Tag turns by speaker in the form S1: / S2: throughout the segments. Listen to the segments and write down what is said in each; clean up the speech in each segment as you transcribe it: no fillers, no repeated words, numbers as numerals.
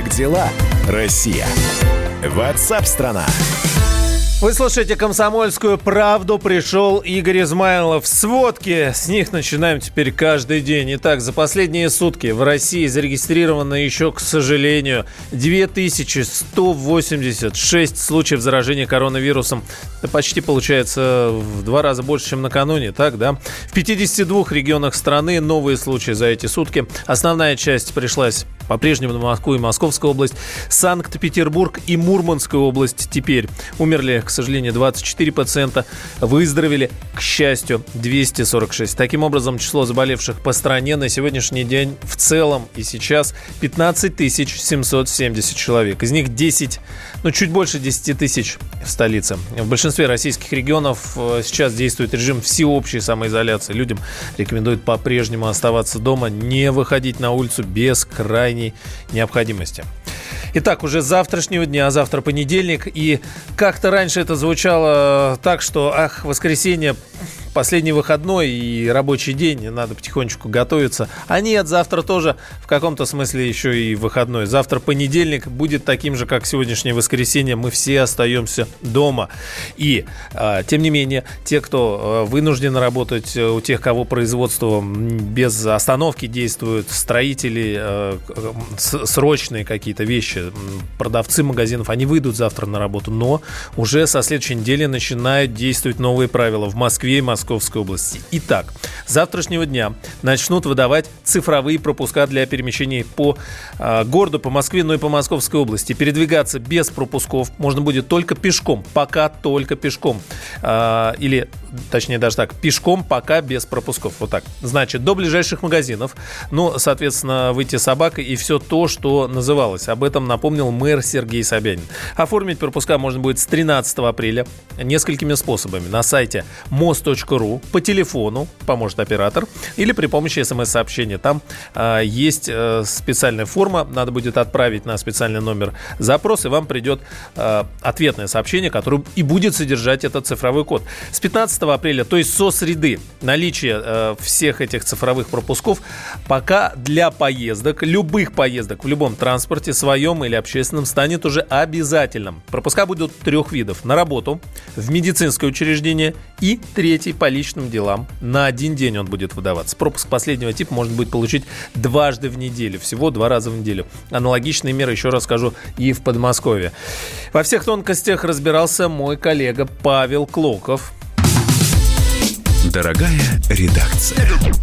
S1: Как дела, Россия? WhatsApp-страна.
S2: Вы слушаете «Комсомольскую правду». Пришел Игорь Измайлов. Сводки. С них начинаем теперь каждый день. Итак, за последние сутки в России зарегистрировано еще, к сожалению, 2186 случаев заражения коронавирусом. Это почти получается в 2 раза больше, чем накануне. Так, да? В 52 регионах страны новые случаи за эти сутки. Основная часть пришлась по-прежнему на Москву и Московскую область. Санкт-Петербург и Мурманская область теперь. Умерли, к сожалению, 24 пациента. Выздоровели, к счастью, 246. Таким образом, число заболевших по стране на сегодняшний день в целом и сейчас 15 770 человек. Из них 10, чуть больше 10 тысяч в столице. В большинстве российских регионов сейчас действует режим всеобщей самоизоляции. Людям рекомендуют по-прежнему оставаться дома, не выходить на улицу без крайней необходимости. Итак, уже с завтрашнего дня, завтра понедельник, и как-то раньше это звучало так, что, воскресенье, последний выходной и рабочий день, надо потихонечку готовиться. А нет, завтра тоже в каком-то смысле еще и выходной. Завтра понедельник будет таким же, как сегодняшнее воскресенье. Мы все остаемся дома. И, тем не менее, те, кто вынужден работать, у тех, кого производство без остановки действует, строители, срочные какие-то вещи, продавцы магазинов, они выйдут завтра на работу. Но уже со следующей недели начинают действовать новые правила в Москве и Московской области. Итак, с завтрашнего дня начнут выдавать цифровые пропуска для перемещений по городу, по Москве, но и по Московской области. Передвигаться без пропусков можно будет только пешком. Пока только пешком. Или, точнее, даже так, пешком пока без пропусков. Вот так. Значит, до ближайших магазинов. Соответственно, выйти с собакой и все то, что называлось. Об этом напомнил мэр Сергей Собянин. Оформить пропуска можно будет с 13 апреля несколькими способами. На сайте mos.ru, по телефону, поможет оператор, или при помощи смс-сообщения. Там есть специальная форма, надо будет отправить на специальный номер запрос, и вам придет ответное сообщение, которое и будет содержать этот цифровой код. С 15 апреля, то есть со среды, наличие всех этих цифровых пропусков пока для поездок, любых поездок в любом транспорте, своем или общественном, станет уже обязательным. Пропуска будут 3 видов: на работу, в медицинское учреждение и 3 по личным делам. На 1 день он будет выдаваться. Пропуск последнего типа можно будет получить дважды в неделю. Всего 2 раза в неделю. Аналогичные меры, еще раз скажу, и в Подмосковье. Во всех тонкостях разбирался мой коллега Павел Клоков.
S1: Дорогая редакция.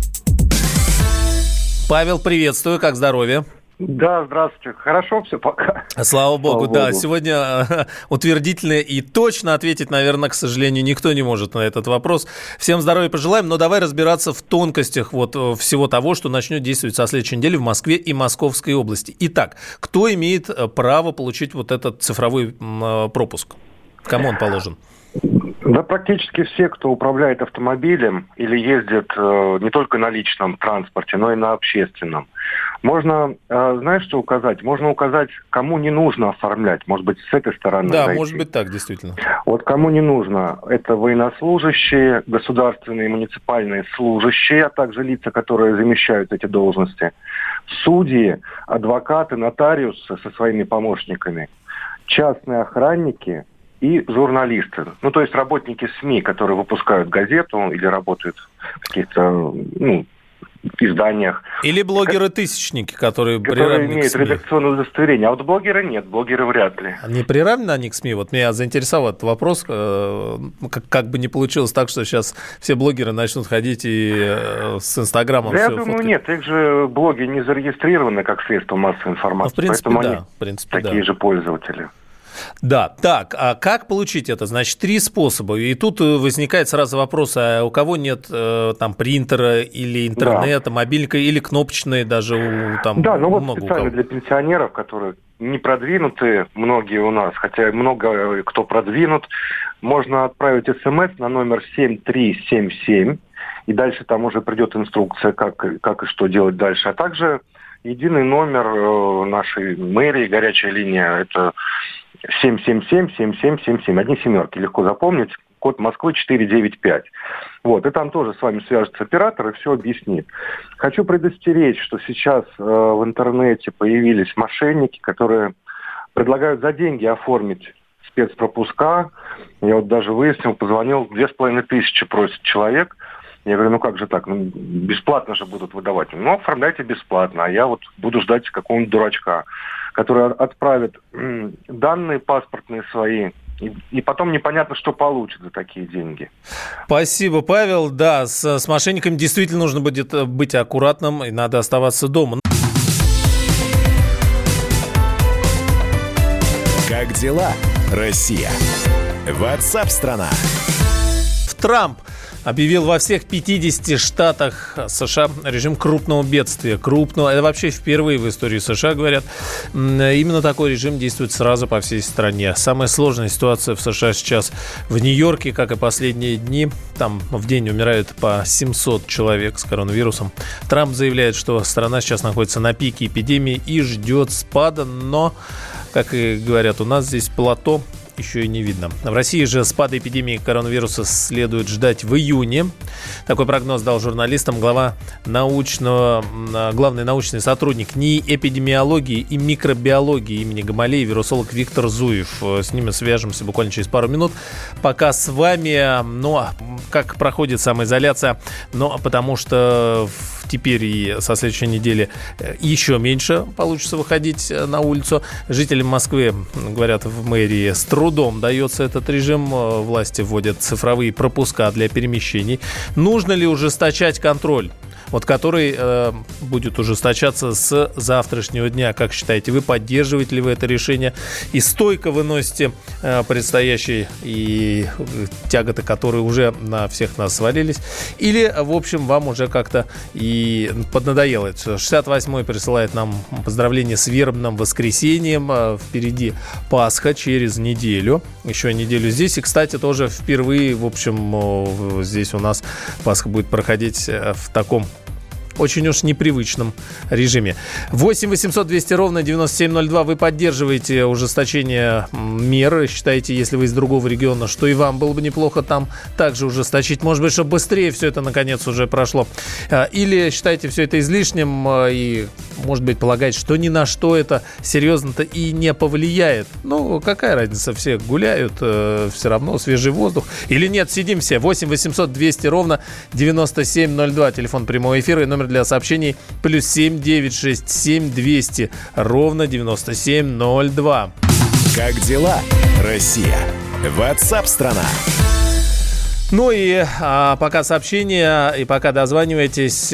S2: Павел, приветствую. Как здоровье?
S3: Да, здравствуйте. Хорошо все пока.
S2: Слава богу, да. Сегодня утвердительно и точно ответить, наверное, к сожалению, никто не может на этот вопрос. Всем здоровья пожелаем, но давай разбираться в тонкостях всего того, что начнет действовать со следующей недели в Москве и Московской области. Итак, кто имеет право получить этот цифровой пропуск? Кому он положен?
S3: Да, практически все, кто управляет автомобилем или ездит не только на личном транспорте, но и на общественном. Можно, знаешь, что указать? Можно указать, кому не нужно оформлять. Может быть, с этой стороны.
S2: Да,
S3: зайти.
S2: Может быть так, действительно.
S3: Вот кому не нужно, это военнослужащие, государственные и муниципальные служащие, а также лица, которые замещают эти должности, судьи, адвокаты, нотариусы со своими помощниками, частные охранники и журналисты. То есть работники СМИ, которые выпускают газету или работают в каких-то изданиях.
S2: Или блогеры-тысячники, которые
S3: имеют редакционное удостоверение. А вот блогеры нет, блогеры вряд ли.
S2: Не приравнены они к СМИ? Вот меня заинтересовал этот вопрос. Как бы не получилось так, что сейчас все блогеры начнут ходить и с Инстаграмом
S3: да,
S2: все
S3: я думаю,
S2: фоткать.
S3: Нет, их же блоги не зарегистрированы как средство массовой информации.
S2: В принципе,
S3: поэтому
S2: да.
S3: они такие же пользователи.
S2: Да, так, а как получить это? Значит, 3 способа. И тут возникает сразу вопрос, а у кого нет принтера или интернета, мобильника, или кнопочной даже
S3: много специально для пенсионеров, которые не продвинуты, многие у нас, хотя много кто продвинут, можно отправить СМС на номер 7377, и дальше там уже придет инструкция, как и что делать дальше. А также единый номер нашей мэрии, горячая линия, это 777-7777. Одни семерки, легко запомнить. код Москвы 495. Вот, и там тоже с вами свяжется оператор и все объяснит. Хочу предостеречь, что сейчас в интернете появились мошенники, которые предлагают за деньги оформить спецпропуска. Я вот даже выяснил, позвонил, 2500 просит человек. Я говорю, ну как же так, ну бесплатно же будут выдавать. Ну, оформляйте бесплатно, а я вот буду ждать какого-нибудь дурачка, который отправит данные паспортные свои, и потом непонятно, что получит за такие деньги.
S2: Спасибо, Павел. Да, с мошенниками действительно нужно будет быть аккуратным, и надо оставаться дома.
S1: Как дела, Россия? WhatsApp-страна.
S2: Трамп объявил во всех 50 штатах США режим крупного бедствия. Крупного. Это вообще впервые в истории США, говорят. Именно такой режим действует сразу по всей стране. Самая сложная ситуация в США сейчас в Нью-Йорке, как и последние дни. Там в день умирают по 700 человек с коронавирусом. Трамп заявляет, что страна сейчас находится на пике эпидемии и ждет спада, но, как и говорят, у нас здесь плато еще и не видно. В России же спада эпидемии коронавируса следует ждать в июне. Такой прогноз дал журналистам главный научный сотрудник НИИ эпидемиологии и микробиологии имени Гамалеи, вирусолог Виктор Зуев. С ними свяжемся буквально через пару минут. Пока с вами, как проходит самоизоляция, потому что теперь и со следующей недели еще меньше получится выходить на улицу. Жителям Москвы, говорят в мэрии, с трудом дается этот режим. Власти вводят цифровые пропуска для перемещений. Нужно ли ужесточать контроль? Который будет ужесточаться с завтрашнего дня. Как считаете, вы поддерживаете ли вы это решение и стойко выносите предстоящие и тяготы, которые уже на всех нас свалились? Или, в общем, вам уже как-то и поднадоело это? 68-й присылает нам поздравления с вербным воскресеньем. Впереди Пасха через неделю. Еще неделю здесь. И, кстати, тоже впервые, в общем, здесь у нас Пасха будет проходить в таком очень уж непривычном режиме. 8 800 200 ровно 9702. Вы поддерживаете ужесточение мер. Считаете, если вы из другого региона, что и вам было бы неплохо там также ужесточить. Может быть, чтобы быстрее все это наконец уже прошло. Или считаете все это излишним и, может быть, полагаете, что ни на что это серьезно-то и не повлияет. Какая разница? Все гуляют, все равно свежий воздух. Или нет, сидим все. 8 800 200 ровно 9702. Телефон прямого эфира и номер для сообщений +7 967 200 ровно 9702.
S1: Как дела, Россия? WhatsApp-страна.
S2: Пока сообщения и пока дозваниваетесь,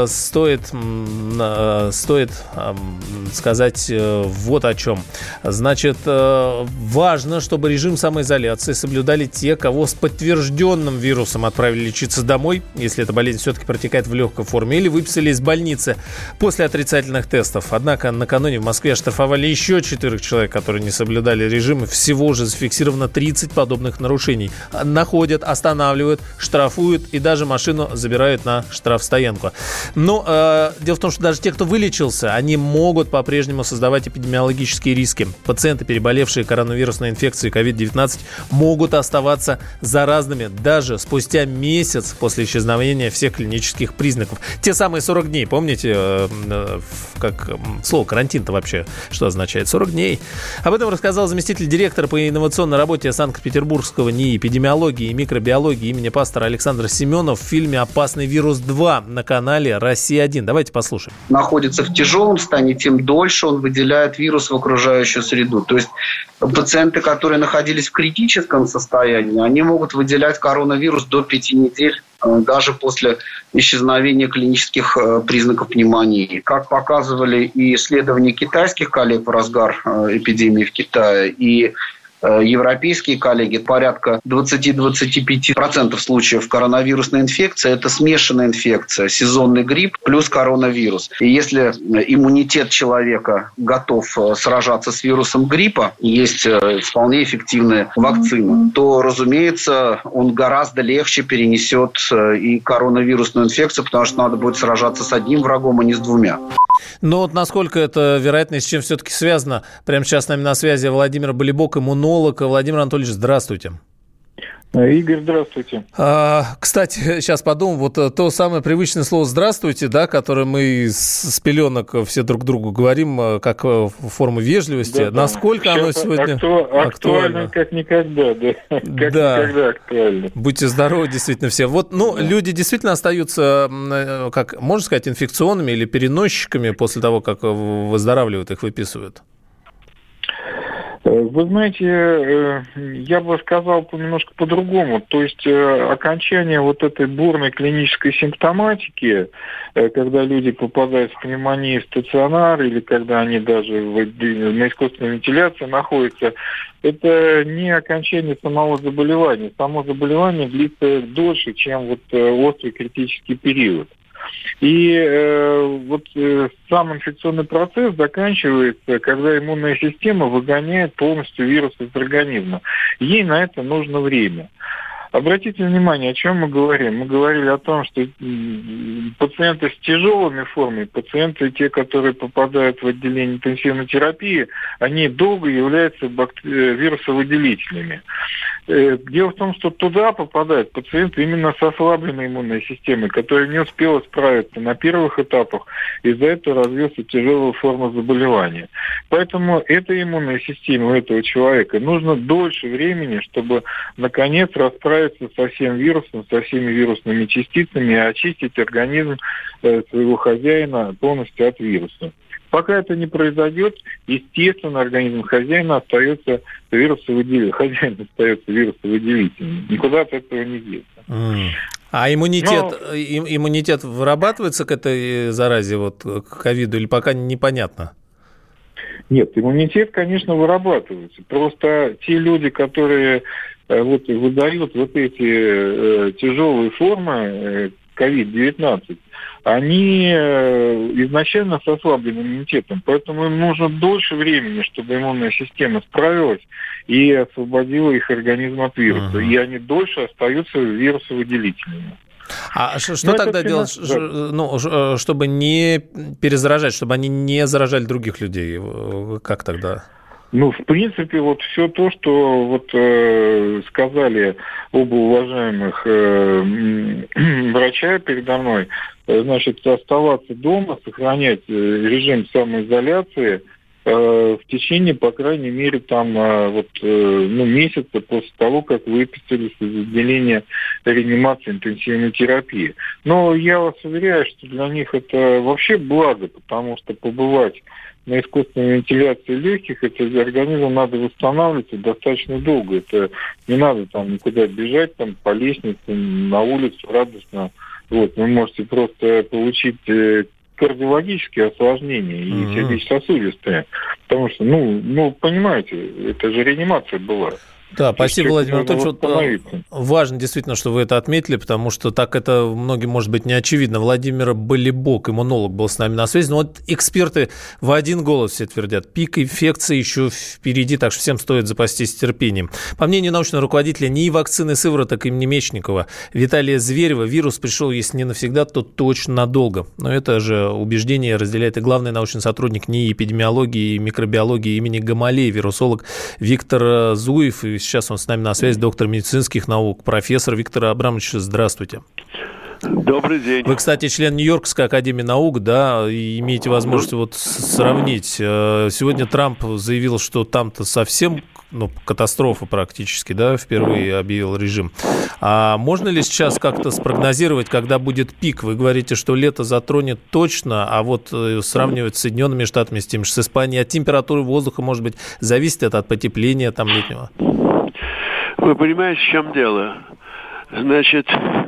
S2: стоит сказать вот о чем. Значит, важно, чтобы режим самоизоляции соблюдали те, кого с подтвержденным вирусом отправили лечиться домой, если эта болезнь все-таки протекает в легкой форме, или выписали из больницы после отрицательных тестов. Однако накануне в Москве оштрафовали еще 4 человек, которые не соблюдали режим. Всего уже зафиксировано 30 подобных нарушений. Находят, останавливают, штрафуют и даже машину забирают на штрафстоянку. Дело в том, что даже те, кто вылечился, они могут по-прежнему создавать эпидемиологические риски. Пациенты, переболевшие коронавирусной инфекцией COVID-19, могут оставаться заразными даже спустя месяц после исчезновения всех клинических признаков. Те самые 40 дней, помните, как слово карантин-то вообще что означает? 40 дней. Об этом рассказал заместитель директора по инновационной работе Санкт-Петербургского НИИ эпидемиологии и микробиологии имени пастора Александра Семенов в фильме «Опасный вирус 2» на канале «Россия-1». Давайте послушаем.
S4: Находится в тяжелом состоянии, тем дольше он выделяет вирус в окружающую среду. То есть пациенты, которые находились в критическом состоянии, они могут выделять коронавирус до 5 недель, даже после исчезновения клинических признаков пневмонии. Как показывали и исследования китайских коллег в разгар эпидемии в Китае, и европейские коллеги, порядка 20-25% случаев коронавирусной инфекции – это смешанная инфекция, сезонный грипп плюс коронавирус. И если иммунитет человека готов сражаться с вирусом гриппа, есть вполне эффективная вакцина, то, разумеется, он гораздо легче перенесет и коронавирусную инфекцию, потому что надо будет сражаться с одним врагом, а не с двумя.
S2: Насколько это вероятно и с чем все-таки связано? Прямо сейчас с нами на связи Владимир Болибок, иммунолог. Владимир Анатольевич, здравствуйте.
S5: Игорь, здравствуйте.
S2: Кстати, сейчас подумал, вот то самое привычное слово «здравствуйте», да, которое мы с пеленок все друг другу говорим, как форму вежливости. Да, насколько
S5: сейчас
S2: оно сегодня
S5: актуально, как никогда, да. Никогда актуально.
S2: Будьте здоровы, действительно, все. Вот, люди действительно остаются, как можно сказать, инфекционными или переносчиками после того, как выздоравливают, их выписывают?
S5: Вы знаете, я бы сказал немножко по-другому. То есть окончание вот этой бурной клинической симптоматики, когда люди попадают в пневмонию в стационар или когда они даже на искусственной вентиляции находятся, это не окончание самого заболевания. Само заболевание длится дольше, чем вот острый критический период. И сам инфекционный процесс заканчивается, когда иммунная система выгоняет полностью вирус из организма. Ей на это нужно время. Обратите внимание, о чем мы говорим. Мы говорили о том, что пациенты с тяжелыми формами, пациенты, те, которые попадают в отделение интенсивной терапии, они долго являются вирусовыделителями. Дело в том, что туда попадают пациенты именно с ослабленной иммунной системой, которая не успела справиться на первых этапах, из-за этого развился тяжелая форма заболевания. Поэтому этой иммунной системе у этого человека нужно дольше времени, чтобы наконец расправиться со всем вирусом, со всеми вирусными частицами и очистить организм своего хозяина полностью от вируса. Пока это не произойдет, естественно, организм хозяина остается вирусовыделителем. Хозяин остается вирусовыделителем. Никуда от этого не деться.
S2: А иммунитет вырабатывается к этой заразе, к ковиду, или пока непонятно?
S5: Нет, иммунитет, конечно, вырабатывается. Просто те люди, которые выдают эти тяжелые формы COVID-19, они изначально с ослабленным иммунитетом, поэтому им нужно дольше времени, чтобы иммунная система справилась и освободила их организм от вируса. И они дольше остаются вирусовыделителями.
S2: А что тогда делать, чтобы не перезаражать, чтобы они не заражали других людей? Как тогда?
S5: В принципе, все то, что сказали оба уважаемых врача передо мной, значит, оставаться дома, сохранять режим самоизоляции в течение, по крайней мере, месяца после того, как выписались из отделения реанимации интенсивной терапии. Но я вас уверяю, что для них это вообще благо, потому что побывать на искусственной вентиляции легких, это организму надо восстанавливаться достаточно долго. Это не надо никуда бежать по лестнице, на улицу радостно. Вы можете просто получить кардиологические осложнения и сердечно-сосудистые. Потому что, понимаете, это же реанимация была.
S2: Да, спасибо, Владимир Анатольевич. Важно действительно, что вы это отметили, потому что так это многим, может быть, не очевидно. Владимир Болибок, иммунолог, был с нами на связи. Но эксперты в один голос все твердят. Пик инфекции еще впереди, так что всем стоит запастись терпением. По мнению научного руководителя НИИ вакцины сывороток имени Мечникова Виталия Зверева, вирус пришел, если не навсегда, то точно надолго. Но это же убеждение разделяет и главный научный сотрудник НИИ эпидемиологии и микробиологии имени Гамалеи, вирусолог Виктор Зуев. И сейчас он с нами на связи, доктор медицинских наук, профессор. Виктор Абрамович, здравствуйте.
S6: Добрый день.
S2: Вы, кстати, член Нью-Йоркской академии наук, да, и имеете возможность сравнить. Сегодня Трамп заявил, что там-то совсем катастрофа практически, да, впервые объявил режим. А можно ли сейчас как-то спрогнозировать, когда будет пик? Вы говорите, что лето затронет точно, а сравнивать с Соединенными Штатами, с тем же с Испанией, от температуры воздуха, может быть, зависит это от потепления летнего?
S6: Вы понимаете, в чем дело? Значит,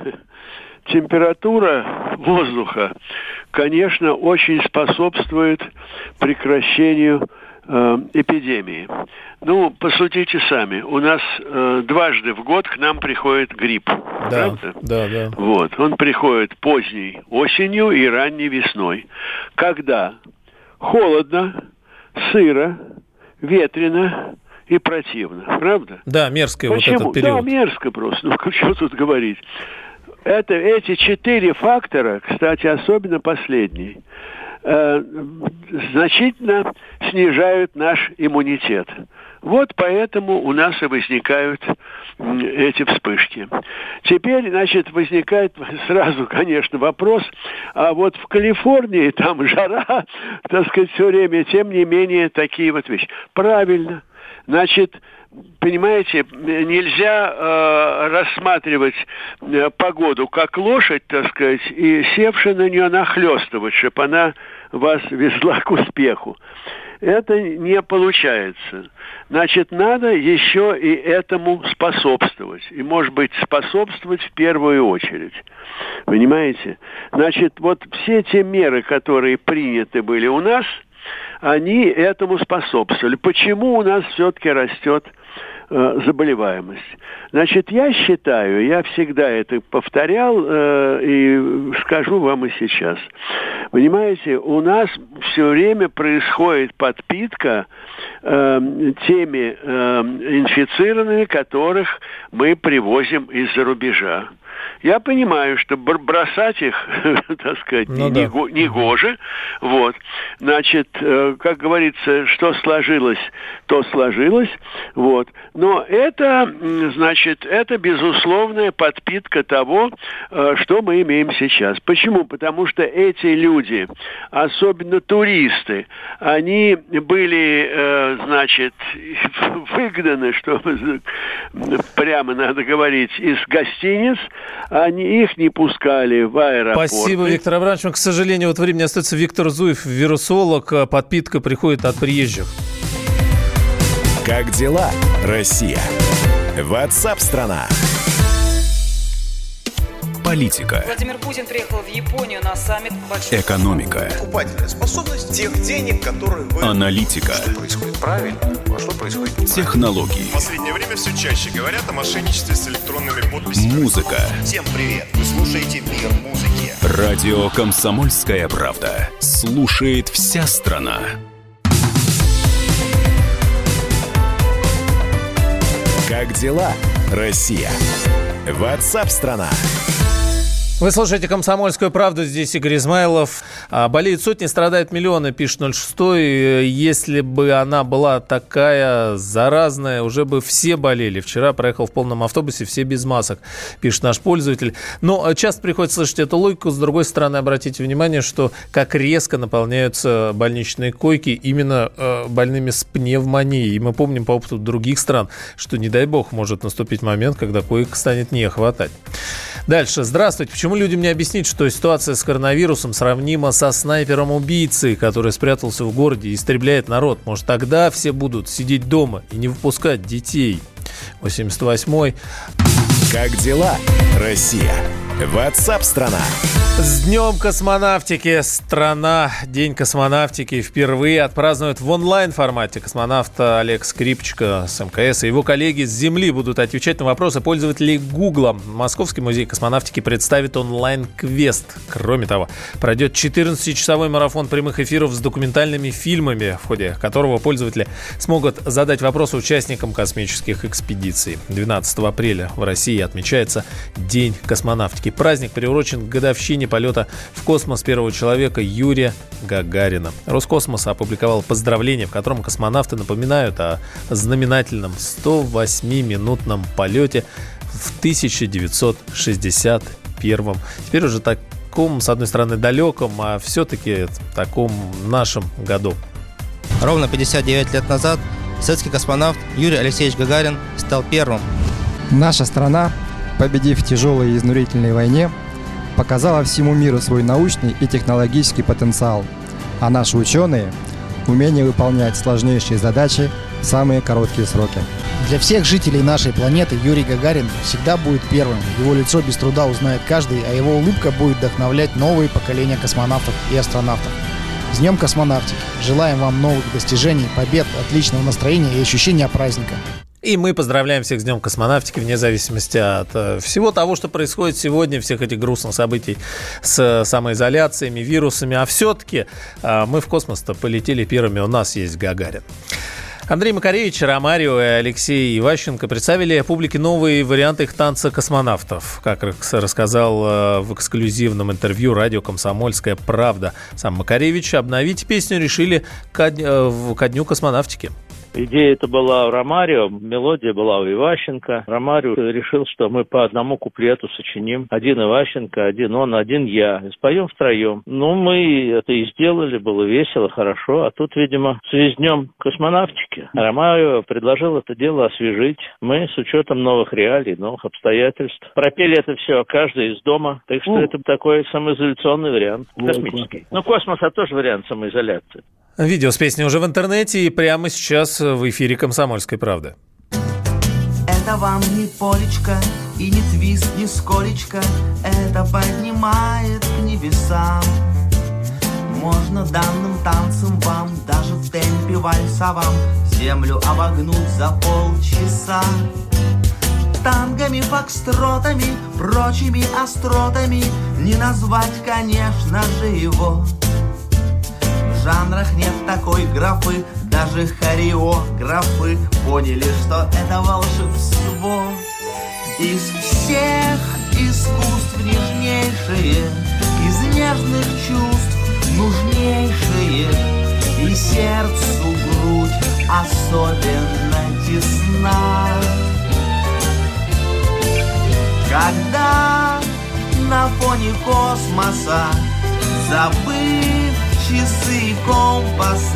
S6: температура воздуха, конечно, очень способствует прекращению эпидемии. Посудите сами. У нас дважды в год к нам приходит грипп.
S2: Да, правда? Да.
S6: Он приходит поздней осенью и ранней весной. Когда холодно, сыро, ветрено и противно. Правда?
S2: Да, мерзко
S6: Почему?
S2: Этот период.
S6: Да, мерзко просто. Что тут говорить? Эти 4 фактора, кстати, особенно последний, значительно снижают наш иммунитет. Вот поэтому у нас и возникают эти вспышки. Теперь, значит, возникает сразу, конечно, вопрос, а вот в Калифорнии там жара, так сказать, все время, тем не менее, такие вот вещи. Правильно. Значит, понимаете, нельзя рассматривать погоду как лошадь, так сказать, и севши на нее нахлестывать, чтобы она вас везла к успеху. Это не получается. Значит, надо еще и этому способствовать. И, может быть, способствовать в первую очередь. Понимаете? Значит, вот все те меры, которые приняты были у нас, они этому способствовали. Почему у нас все-таки растет заболеваемость? Значит, я считаю, я всегда это повторял и скажу вам и сейчас. Понимаете, у нас все время происходит подпитка теми инфицированными, которых мы привозим из-за рубежа. Я понимаю, что бросать их, так сказать, негоже. Вот. Значит, как говорится, что сложилось, то сложилось. Вот. Но это, значит, это безусловная подпитка того, что мы имеем сейчас. Почему? Потому что эти люди, особенно туристы, они были, значит, выгнаны, что прямо надо говорить, из гостиниц. Они их не пускали в аэропорты.
S2: Спасибо, Виктор Абрамович. К сожалению, вот времени остается. Виктор Зуев, вирусолог. Подпитка приходит от приезжих.
S1: Как дела, Россия? WhatsApp-страна. Политика.
S7: Владимир Путин приехал в Японию на саммит большой.
S1: Экономика.
S8: Покупательная способность тех денег, которые вы...
S1: Аналитика.
S8: Что происходит правильно, а что происходит неправильно.
S1: Технологии.
S9: В последнее время все чаще говорят о мошенничестве с электронными подписями.
S1: Музыка.
S8: Всем привет! Вы слушаете «Мир музыки».
S1: Радио «Комсомольская правда». Слушает вся страна. Как дела, Россия? WhatsApp-страна.
S2: Вы слушаете «Комсомольскую правду». Здесь Игорь Измайлов. Болеют сотни, страдают миллионы, пишет 06. Если бы она была такая заразная, уже бы все болели. Вчера проехал в полном автобусе, все без масок, пишет наш пользователь. Но часто приходится слышать эту логику. С другой стороны, обратите внимание, что как резко наполняются больничные койки именно больными с пневмонией. И мы помним по опыту других стран, что, не дай бог, может наступить момент, когда коек станет не хватать. Дальше. Здравствуйте. Почему людям не объяснить, что ситуация с коронавирусом сравнима со снайпером-убийцей, который спрятался в городе и истребляет народ? Может, тогда все будут сидеть дома и не выпускать детей? 88-й.
S1: Как дела, Россия? WhatsApp-страна.
S2: С Днем космонавтики, страна. День космонавтики впервые отпразднуют в онлайн-формате. Космонавт Олег Скрипчик с МКС и его коллеги с Земли будут отвечать на вопросы пользователей Гугла. Московский музей космонавтики представит онлайн-квест. Кроме того, пройдет 14-часовой марафон прямых эфиров с документальными фильмами, в ходе которого пользователи смогут задать вопросы участникам космических экспедиций. 12 апреля в России отмечается День космонавтики. Праздник приурочен к годовщине полета в космос первого человека Юрия Гагарина. Роскосмос опубликовал поздравление, в котором космонавты напоминают о знаменательном 108-минутном полете в 1961. Теперь уже таком, с одной стороны, далеком, а все-таки таком нашем году.
S10: Ровно 59 лет назад советский космонавт Юрий Алексеевич Гагарин стал первым.
S11: Наша страна, победив в тяжелой и изнурительной войне, показала всему миру свой научный и технологический потенциал, а наши ученые – умение выполнять сложнейшие задачи в самые короткие сроки.
S12: Для всех жителей нашей планеты Юрий Гагарин всегда будет первым. Его лицо без труда узнает каждый, а его улыбка будет вдохновлять новые поколения космонавтов и астронавтов. С Днем космонавтики! Желаем вам новых достижений, побед, отличного настроения и ощущения праздника.
S2: И мы поздравляем всех с Днем космонавтики, вне зависимости от всего того, что происходит сегодня, всех этих грустных событий с самоизоляциями, вирусами. А все-таки мы в космос-то полетели первыми, у нас есть Гагарин. Андрей Макаревич, Ромарио и Алексей Иващенко представили публике новые варианты их танца космонавтов. Как рассказал в эксклюзивном интервью радио «Комсомольская правда» сам Макаревич, обновить песню решили ко Дню космонавтики.
S13: Идея это была у Ромарио, мелодия была у Иващенко. Ромарио решил, что мы по одному куплету сочиним. Один Иващенко, один он, один я. И споем втроем. Ну, мы это и сделали, было весело, хорошо. А тут, видимо, в связи с днем космонавтики Ромарио предложил это дело освежить. Мы с учетом новых реалий, новых обстоятельств пропели это все, каждый из дома. Так что это такой самоизоляционный вариант, космический. Ну, космос – это тоже вариант самоизоляции.
S2: Видео с песней уже в интернете и прямо сейчас в эфире «Комсомольской правды».
S14: Это вам не полечко и не твист, не сколечко. Это поднимает к небесам. Можно данным танцем вам, даже в темпе вальса вам, землю обогнуть за полчаса. Тангами, фокстротами, прочими остротами не назвать, конечно же, его. В жанрах нет такой графы, даже хореографы поняли, что это волшебство. Из всех искусств нежнейшее, из нежных чувств нужнейшее, и сердцу грудь особенно тесна. Когда на фоне космоса, забыв часы и компасы,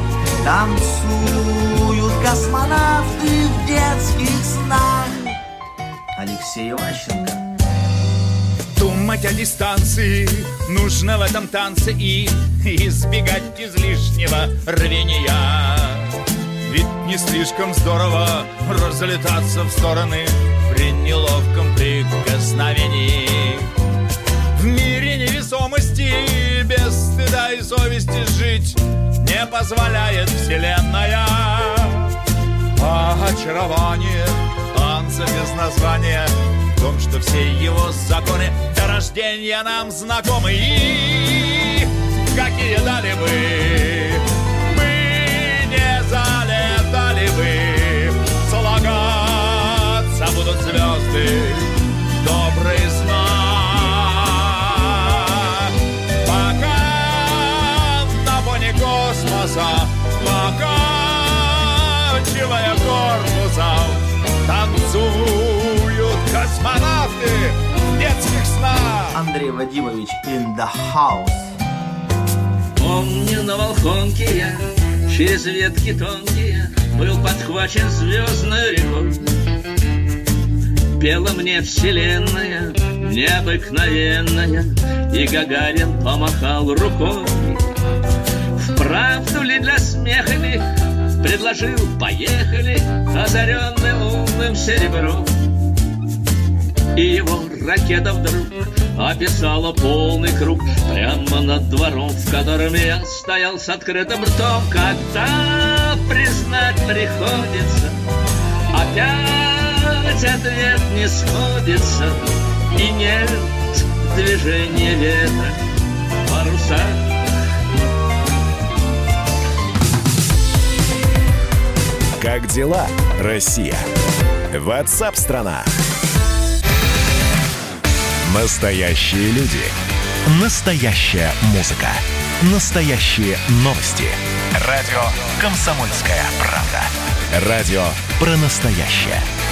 S14: танцуют космонавты в детских снах. Алексей Иващенко.
S15: Думать о дистанции нужно в этом танце и избегать излишнего рвения. Ведь не слишком здорово разлетаться в стороны при неловком прикосновении. В мире невесомости без стыда и совести жить не позволяет вселенная. А очарование танца без названия в том, что все его законы до рождения нам знакомы. И какие дали бы мы не залетали бы, слагаться будут звезды добрые сна. Космоса, покачивая корпусом, танцуют космонавты в детских снах.
S14: Андрей Вадимович in the house.
S16: Помню, на Волхонке я через ветки тонкие был подхвачен звездной рекой. Пела мне вселенная необыкновенная, и Гагарин помахал рукой. Правду ли для смеха ли предложил, поехали, озаренным умным серебром. И его ракета вдруг описала полный круг прямо над двором, в котором я стоял с открытым ртом. Когда признать приходится, опять ответ не сходится, и нет движения ветра паруса.
S1: Как дела, Россия? WhatsApp-страна. Настоящие люди. Настоящая музыка. Настоящие новости. Радио «Комсомольская правда». Радио про настоящее.